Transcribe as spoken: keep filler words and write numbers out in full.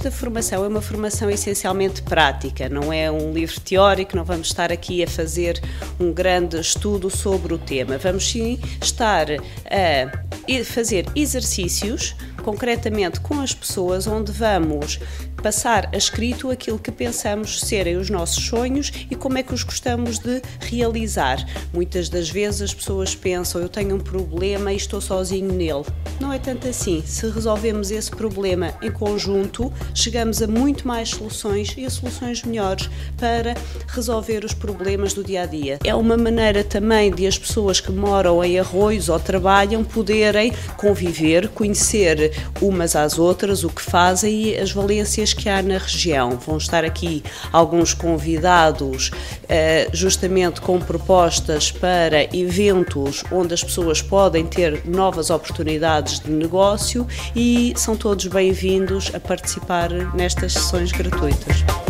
esta formação é uma formação essencialmente prática, não é um livro teórico, não vamos estar aqui a fazer um grande estudo sobre o tema. Vamos sim estar a fazer exercícios, concretamente com as pessoas, onde vamos passar a escrito aquilo que pensamos serem os nossos sonhos e como é que os gostamos de realizar. Muitas das vezes as pessoas pensam, eu tenho um problema e estou sozinho nele. Não é tanto assim. Se resolvemos esse problema em conjunto, chegamos a muito mais soluções e a soluções melhores para resolver os problemas do dia-a-dia. É uma maneira também de as pessoas que moram em Arroios ou trabalham poderem conviver, conhecer umas às outras, o que fazem e as valências que há na região. Vão estar aqui alguns convidados justamente com propostas para eventos onde as pessoas podem ter novas oportunidades de negócio e são todos bem-vindos a participar nestas sessões gratuitas.